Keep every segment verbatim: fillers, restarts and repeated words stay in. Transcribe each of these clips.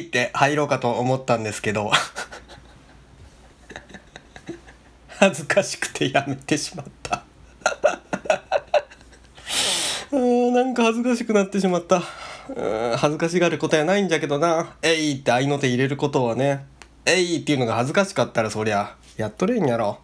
いって入ろうかと思ったんですけど恥ずかしくてやめてしまったうーんなんか恥ずかしくなってしまった。うーん恥ずかしがることはないんじゃけどな。えいって合いの手入れることはね、えいっていうのが恥ずかしかったらそりゃやっとれんやろ。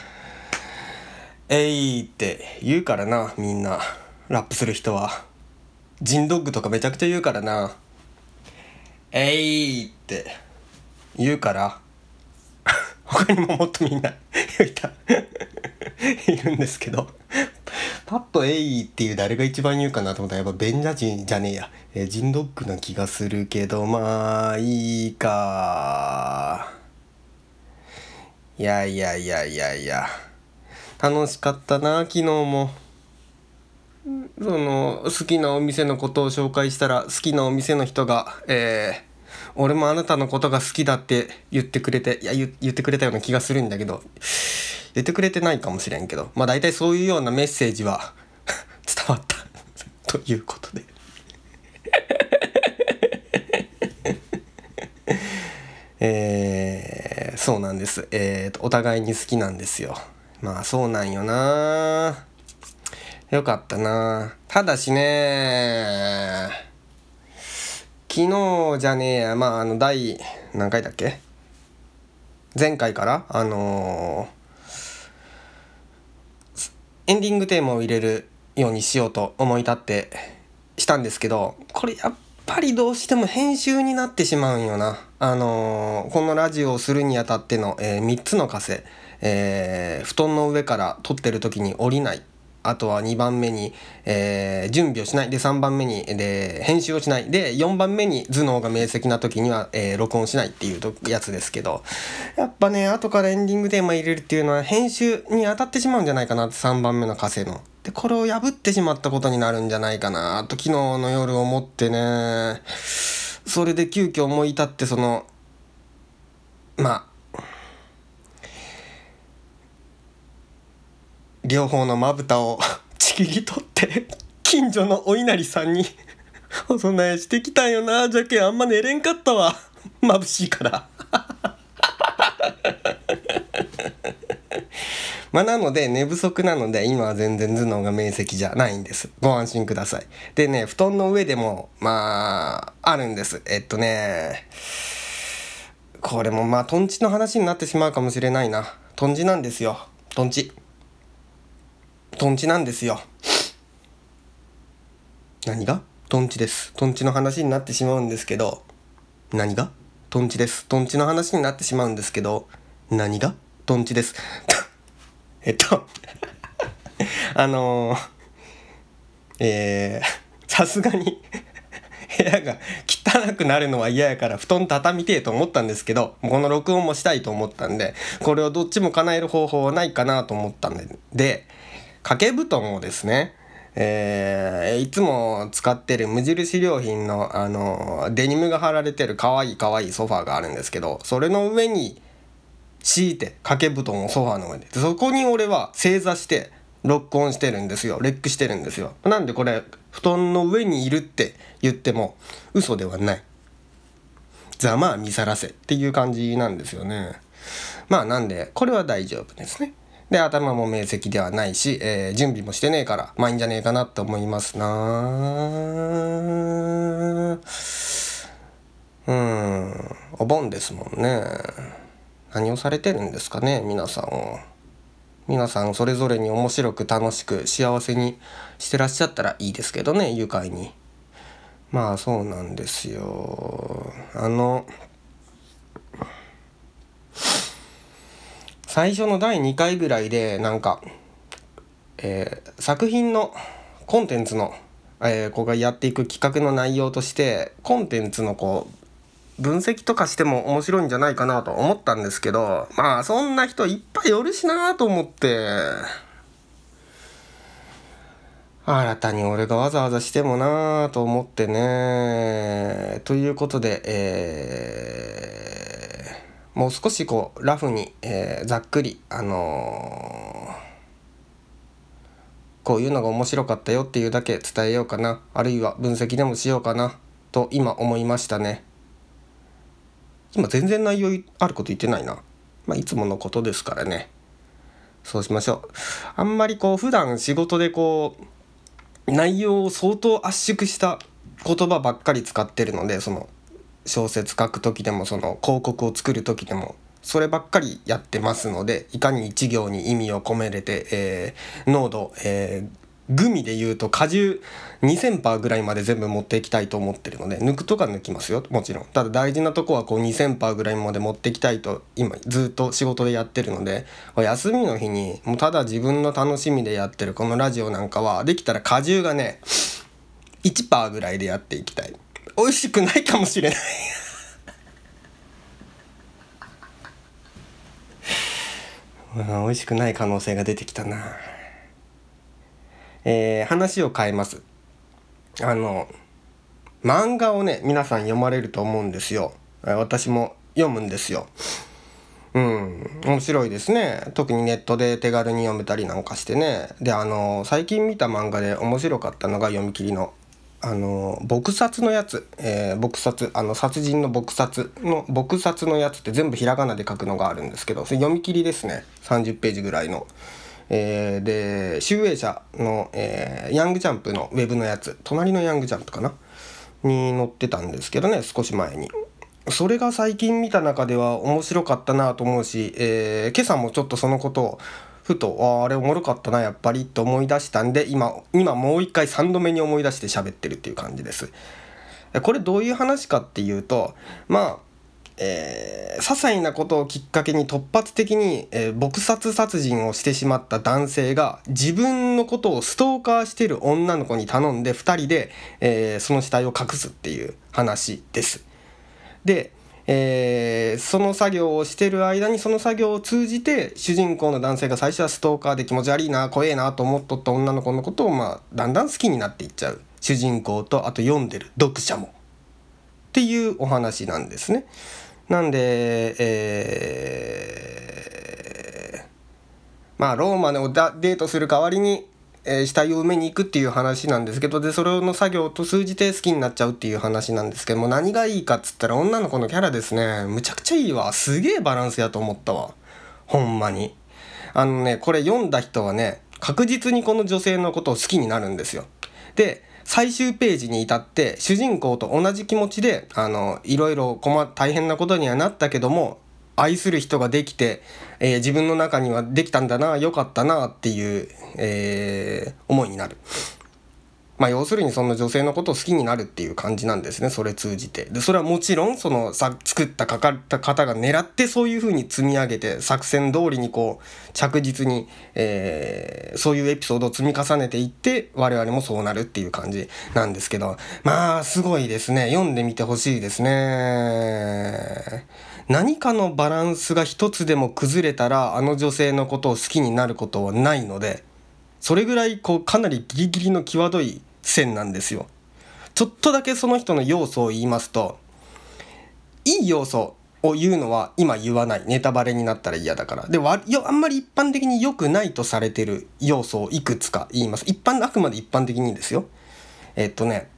えいって言うからな、みんなラップする人は。ジンドッグとかめちゃくちゃ言うからな。えいって言うから他にももっとみんな言いたいるんですけど、パッとエイっていう誰が一番言うかなと思ったらやっぱベンジャジンじゃねえや、えー、ジンドッグな気がするけど、まあいいか。いやいやいやいやいや楽しかったな昨日も。その好きなお店のことを紹介したら好きなお店の人が、えー、俺もあなたのことが好きだって言ってくれて、いや 言, 言ってくれたような気がするんだけど、言ってくれてないかもしれんけど、まあ大体そういうようなメッセージは伝わったということでえー、そうなんです。えーとお互いに好きなんですよ。まあそうなんよな。よかったな。ただしね、昨日じゃねえや、まああの第何回だっけ、前回からあのー、エンディングテーマを入れるようにしようと思い立ってしたんですけど、これやっぱりどうしても編集になってしまうんよな。あのー、このラジオをするにあたっての、えー、みっつの枷、えー、布団の上から撮ってる時に降りない、あとはにばんめに、えー、準備をしない、でさんばんめにで編集をしない、でよんばんめに頭脳が明晰な時には、えー、録音しないっていうやつですけど、やっぱね後からエンディングテーマ入れるっていうのは編集に当たってしまうんじゃないかなって、さんばんめの枷のでこれを破ってしまったことになるんじゃないかなと昨日の夜思ってね。それで急遽思い立って、そのまあ両方のまぶたをちぎり取って近所のお稲荷さんにお供えしてきたんよな。じゃけんあんま寝れんかったわ、眩しいからまあなので寝不足なので今は全然頭脳が明晰じゃないんです。ご安心ください。でね、布団の上でもまああるんです。えっとねこれもまあトンチの話になってしまうかもしれないな。トンチなんですよ。トンチトンチなんですよ。何がトンチです。トンチの話になってしまうんですけど、何がトンチです。トンチの話になってしまうんですけど、何がトンチですえっとあのー、えー、さすがに部屋が汚くなるのは嫌やから布団畳みてえと思ったんですけど、この録音もしたいと思ったんで、これをどっちも叶える方法はないかなと思ったんで、で掛け布団をですね、えー、いつも使ってる無印良品のあのデニムが貼られてるかわいいかわいいソファーがあるんですけど、それの上に敷いて掛け布団をソファーの上で、そこに俺は正座して録音してるんですよ。レックしてるんですよ。なんでこれ布団の上にいるって言っても嘘ではない。ざまあ見さらせっていう感じなんですよね。まあなんでこれは大丈夫ですね。で頭も明晰ではないし、えー、準備もしてねえからまあいいんじゃねえかなって思いますな。うーんお盆ですもんね。何をされてるんですかね皆さんを。皆さんそれぞれに面白く楽しく幸せにしてらっしゃったらいいですけどね、愉快に。まあそうなんですよ。あの最初のだいにかいぐらいでなんか、えー、作品のコンテンツの、えー、ここがやっていく企画の内容としてコンテンツのこう分析とかしても面白いんじゃないかなと思ったんですけど、まあそんな人いっぱいおるしなと思って、新たに俺がわざわざしてもなと思ってね。ということで、えー、もう少しこうラフに、えー、ざっくりあのー、こういうのが面白かったよっていうだけ伝えようかな、あるいは分析でもしようかなと今思いましたね。 今全然内容あること言ってないな。まあいつものことですからね。そうしましょう。あんまりこう普段仕事でこう内容を相当圧縮した言葉ばっかり使ってるので、その小説書く時でもその広告を作る時でもそればっかりやってますので、いかに一行に意味を込めれて、えー、濃度、えーグミで言うと果汁 にせんパーセント ぐらいまで全部持っていきたいと思ってるので、抜くとか抜きますよ、もちろん。ただ大事なとこはこう にせんパーセント ぐらいまで持っていきたいと今ずっと仕事でやってるので、休みの日にもうただ自分の楽しみでやってるこのラジオなんかはできたら果汁がね いちパーセント ぐらいでやっていきたい。美味しくないかもしれないうん、美味しくない可能性が出てきたな。えー、話を変えます。あの漫画をね皆さん読まれると思うんですよ。私も読むんですよ。うん面白いですね。特にネットで手軽に読めたりなんかしてね。であの最近見た漫画で面白かったのが読み切りのあの撲殺のやつ、えー、撲殺あの殺人の撲殺の撲殺のやつって全部ひらがなで書くのがあるんですけど、それ読み切りですね。さんじゅっページぐらいの。えー、で集英社の、えー、ヤングジャンプのウェブのやつ、隣のヤングジャンプかなに載ってたんですけどね、少し前に。それが最近見た中では面白かったなと思うし、えー、今朝もちょっとそのことをふと あ, あれおもろかったなやっぱりと思い出したんで、今今もう一回さんどめに思い出して喋ってるっていう感じです。これどういう話かっていうと、まあえー、些細なことをきっかけに突発的に、えー、撲殺殺人をしてしまった男性が自分のことをストーカーしている女の子に頼んでふたりで、えー、その死体を隠すっていう話です。で、えー、その作業をしてる間にその作業を通じて主人公の男性が最初はストーカーで気持ち悪いな怖えなと思っとった女の子のことを、まあ、だんだん好きになっていっちゃう主人公と、あと読んでる読者もっていうお話なんですね。なんで、えー、まあローマをデートする代わりに、えー、死体を埋めに行くっていう話なんですけど、でそれの作業と通じて好きになっちゃうっていう話なんですけども、何がいいかっつったら女の子のキャラですね。むちゃくちゃいいわ。すげえバランスやと思ったわ、ほんまに。あのねこれ読んだ人はね確実にこの女性のことを好きになるんですよ。で最終ページに至って主人公と同じ気持ちであのいろいろ困大変なことにはなったけども愛する人ができて、えー、自分の中にはできたんだなよかったなっていう、えー、思いになる。まあ要するにその女性のことを好きになるっていう感じなんですね、それ通じて。でそれはもちろんそのさ作ったかかった方が狙ってそういう風に積み上げて作戦通りにこう着実に、えー、そういうエピソードを積み重ねていって我々もそうなるっていう感じなんですけど、まあすごいですね。読んでみてほしいですね。何かのバランスが一つでも崩れたらあの女性のことを好きになることはないので、それぐらいこうかなりギリギリの際どい線なんですよ。ちょっとだけその人の要素を言いますと、いい要素を言うのは今言わない、ネタバレになったら嫌だから。でわあんまり一般的に良くないとされてる要素をいくつか言います。一般あくまで一般的にですよ。えっとね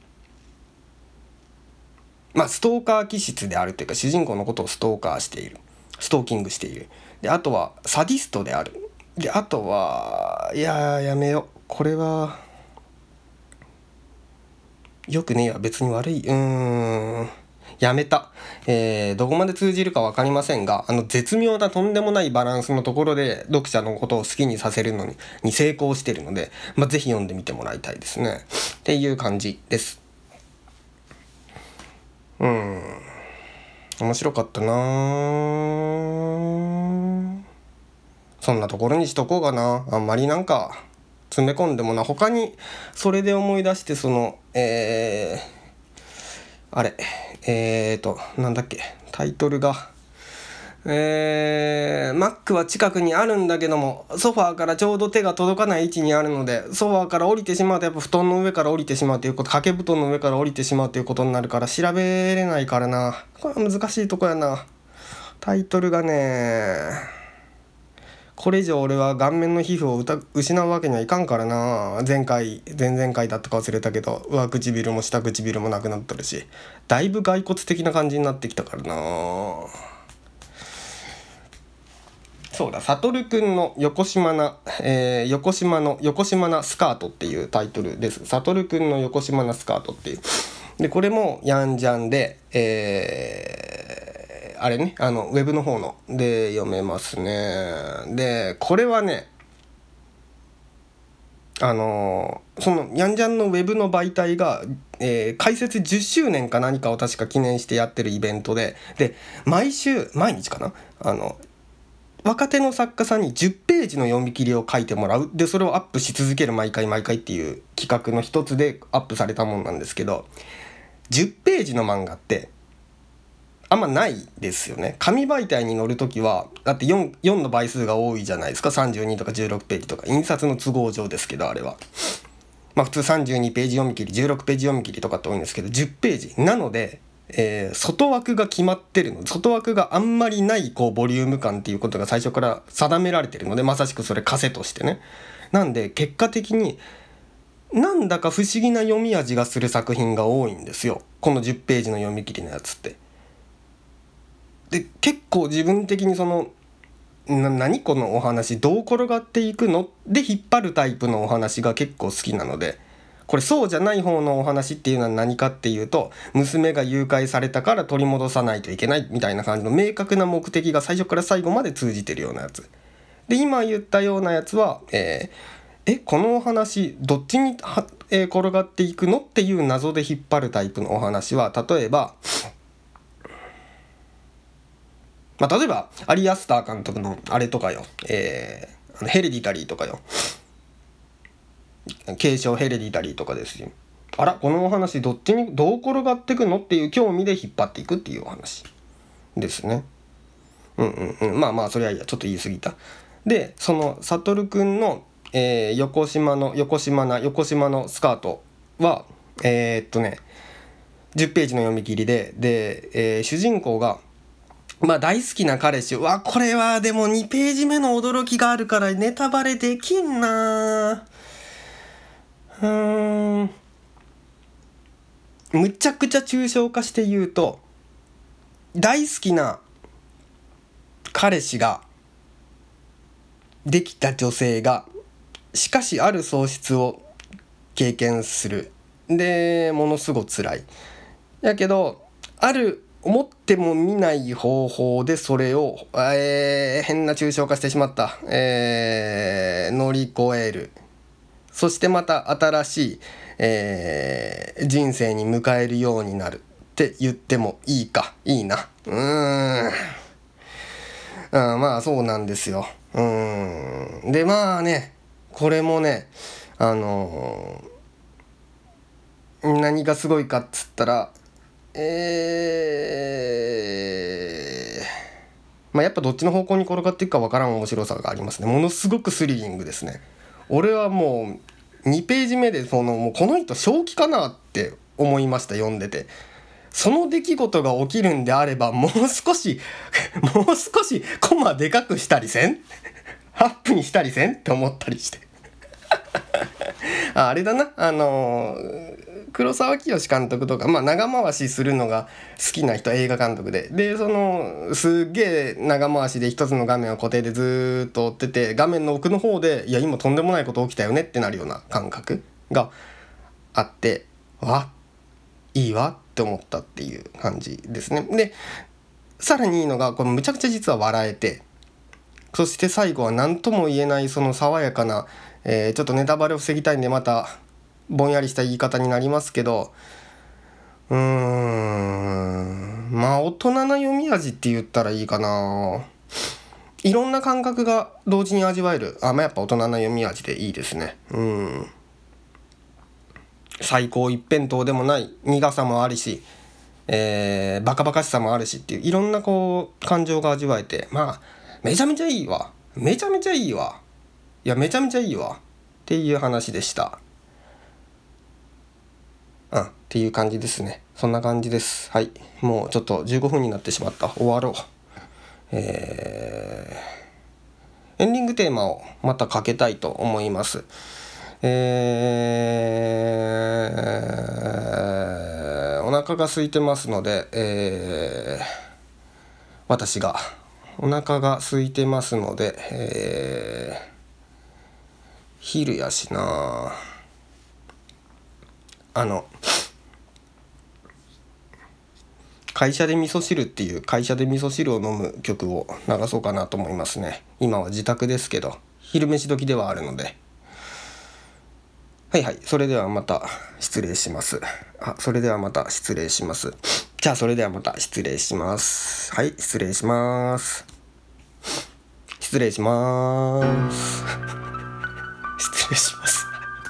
まあストーカー気質であるというか、主人公のことをストーカーしている、ストーキングしている。であとはサディストである。であとはいやーやめよう、これはよくねえや、別に悪い、うーんやめた、えー、どこまで通じるか分かりませんが、あの絶妙なとんでもないバランスのところで読者のことを好きにさせるのにに成功しているので、まあ、ぜひ読んでみてもらいたいですねっていう感じです。うん面白かったな。そんなところにしとこうかな。あんまりなんか詰め込んでもな。他にそれで思い出して、そのえー、あれえーとなんだっけタイトルがえー、マックは近くにあるんだけどもソファーからちょうど手が届かない位置にあるので、ソファーから降りてしまうとやっぱ布団の上から降りてしまうということ、掛け布団の上から降りてしまうということになるから調べれないからな。これは難しいとこやな。タイトルがねこれ以上俺は顔面の皮膚をうた失うわけにはいかんからな。前回前々回だったか忘れたけど、上唇も下唇もなくなっとるし、だいぶ骸骨的な感じになってきたからな。そうだ、サトルくんの横島な、えー、横島の横島なスカートっていうタイトルです。サトルくんの横島なスカートっていう。でこれもヤンジャンで、えー、あれね、あのウェブの方ので読めますね。でこれはね、あのそのヤンジャンのウェブの媒体が、えー、開設じゅっしゅうねんか何かを確か記念してやってるイベントで、で毎週毎日かな、あの若手の作家さんにじゅっページの読み切りを書いてもらう。でそれをアップし続ける、毎回毎回っていう企画の一つでアップされたもんなんですけど、じゅっページの漫画ってあんまないですよね。紙媒体に載るときはだって 4, 4の倍数が多いじゃないですか。さんじゅうにとかじゅうろくページとか、印刷の都合上ですけど、あれはまあ普通さんじゅうにページ読み切りじゅうろくページ読み切りとかって多いんですけど、じゅっページなので、えー、外枠が決まってるの、外枠があんまりないこうボリューム感っていうことが最初から定められてるので、まさしくそれ枷としてね。なんで結果的になんだか不思議な読み味がする作品が多いんですよ、このじゅっページの読み切りのやつって。で結構自分的にそのな何このお話どう転がっていくので引っ張るタイプのお話が結構好きなので、これそうじゃない方のお話っていうのは何かっていうと、娘が誘拐されたから取り戻さないといけないみたいな感じの明確な目的が最初から最後まで通じてるようなやつで、今言ったようなやつは、えーえこのお話どっちには、えー、転がっていくのっていう謎で引っ張るタイプのお話は、例えば、まあ、例えばアリアスター監督のあれとかよ、えー、あのヘレディタリーとかよ、継承ヘレディタリーとかですよ。あらこのお話どっちにどう転がっていくのっていう興味で引っ張っていくっていうお話ですね。うんうんうん、まあまあそれはいいや、ちょっと言い過ぎた。でそのサトルくんのえー、横島の横島な横島のスカートはえー、っとねじゅっページの読み切りで、で、えー、主人公がまあ大好きな彼氏、わこれはでもにページ目の驚きがあるからネタバレできんな。うーんむちゃくちゃ抽象化して言うと、大好きな彼氏ができた女性がしかしある喪失を経験する。でものすごく辛い。やけどある思っても見ない方法でそれを、えー、変な抽象化してしまった、えー、乗り越える。そしてまた新しい、えー、人生に迎えるようになるって言ってもいいか。いいな。うーんあまあそうなんですよ。うーんでまあね、これもね、あのー、何がすごいかっつったら、えー、まあやっぱどっちの方向に転がっていくかわからん面白さがありますね。ものすごくスリリングですね。俺はもうにページ目でそのもうこの人正気かなって思いました、読んでて。その出来事が起きるんであればもう少しもう少しコマでかくしたりせんアップにしたりせんって思ったりしてあ, あれだな、あのー、黒沢清監督とか、まあ、長回しするのが好きな人、映画監督ででそのすっげえ長回しで一つの画面を固定でずっと追ってて、画面の奥の方でいや今とんでもないこと起きたよねってなるような感覚があって、わいいわって思ったっていう感じですね。でさらにいいのが、このむちゃくちゃ実は笑えて、そして最後は何とも言えないその爽やかな、えー、ちょっとネタバレを防ぎたいんでまたぼんやりした言い方になりますけど、うーんまあ大人な読み味って言ったらいいかな。いろんな感覚が同時に味わえる。あ、まあ、やっぱ大人な読み味でいいですね。うん最高一辺倒でもない苦さもあるし、えー、バカバカしさもあるしっていういろんなこう感情が味わえて、まあめちゃめちゃいいわめちゃめちゃいいわいやめちゃめちゃいいわっていう話でした。うんっていう感じですね。そんな感じです。はい、もうちょっとじゅうごふんになってしまった。終わろう。えーエンディングテーマをまたかけたいと思います。えー、お腹が空いてますので、えー、私がお腹が空いてますので、えー、昼やしなあの会社で味噌汁っていう会社で味噌汁を飲む曲を流そうかなと思いますね。今は自宅ですけど昼飯時ではあるので。はいはい、それではまた失礼します。あ、それではまた失礼します。じゃあそれではまた失礼します。はい、失礼します。失礼します。失礼します。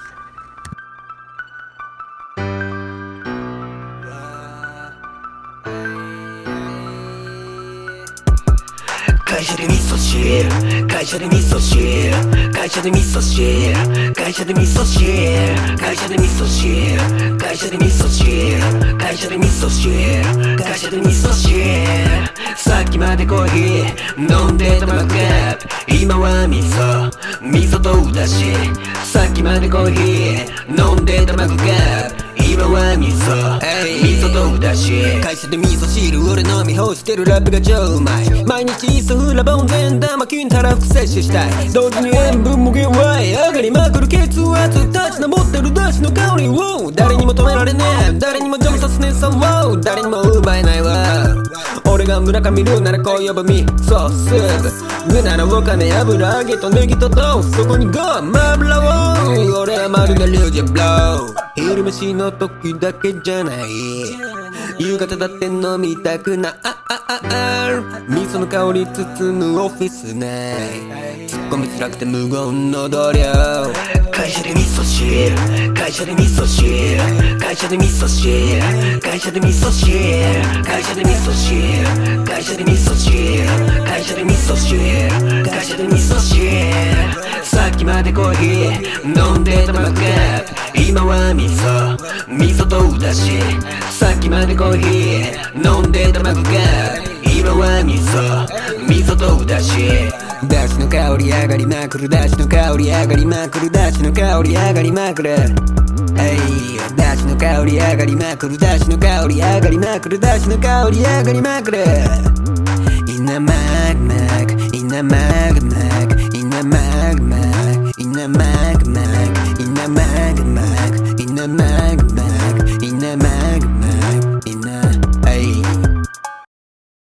会社で味噌汁、会社で味噌汁、会社で味噌汁、会社で味噌汁、会社で味噌汁、会社で味噌汁、会社で味噌汁、会社で味噌汁。さっきまでコーヒー飲んでたマグレープ、今は味噌、味噌とうだし。さっきまでコーヒー飲んでたマグレープ、今は味噌、味噌とうだし。会社で味噌汁俺飲み干してるラップが超うまい。毎日イソフラボン善玉菌たらふ摂取したい。同時に塩分も減矮上がりまくる血圧、立ち上ってるダシの香りを誰にも止められねえ、誰にも邪魔させねえさを誰にも奪えないわ。俺が村上ルーならこう呼ぶ味噌スープ、具ならお金油揚げとネギと豆腐、そこにゴーマブラを俺はまるでリュウジェブロー。昼飯の時だけじゃない、夕方だって飲みたくなああああ味噌の香り包むオフィス内、突っ込みづらくて無言の同僚。会社で味噌汁、会社で味噌汁、会社で味噌汁、会社で味噌汁、会社で味噌汁、会社で味噌汁、会社で味噌汁、会社で味噌汁。さっきまでコーヒー飲んでたマグレープ、今は味噌、味噌とうだし。さっきまでコーヒー飲んでたマグレープ、今は味噌、味噌とうだし。ダシの香り上がりまくる、ダシの香り上がりまくる、ダシの香り上がりまくる。ダシの香り上がりまくる、ダシの香り上がりまくる、ダシの香り上がりまくる。In a mag mag, in a mag mag, in a mag mag, in a mag mag.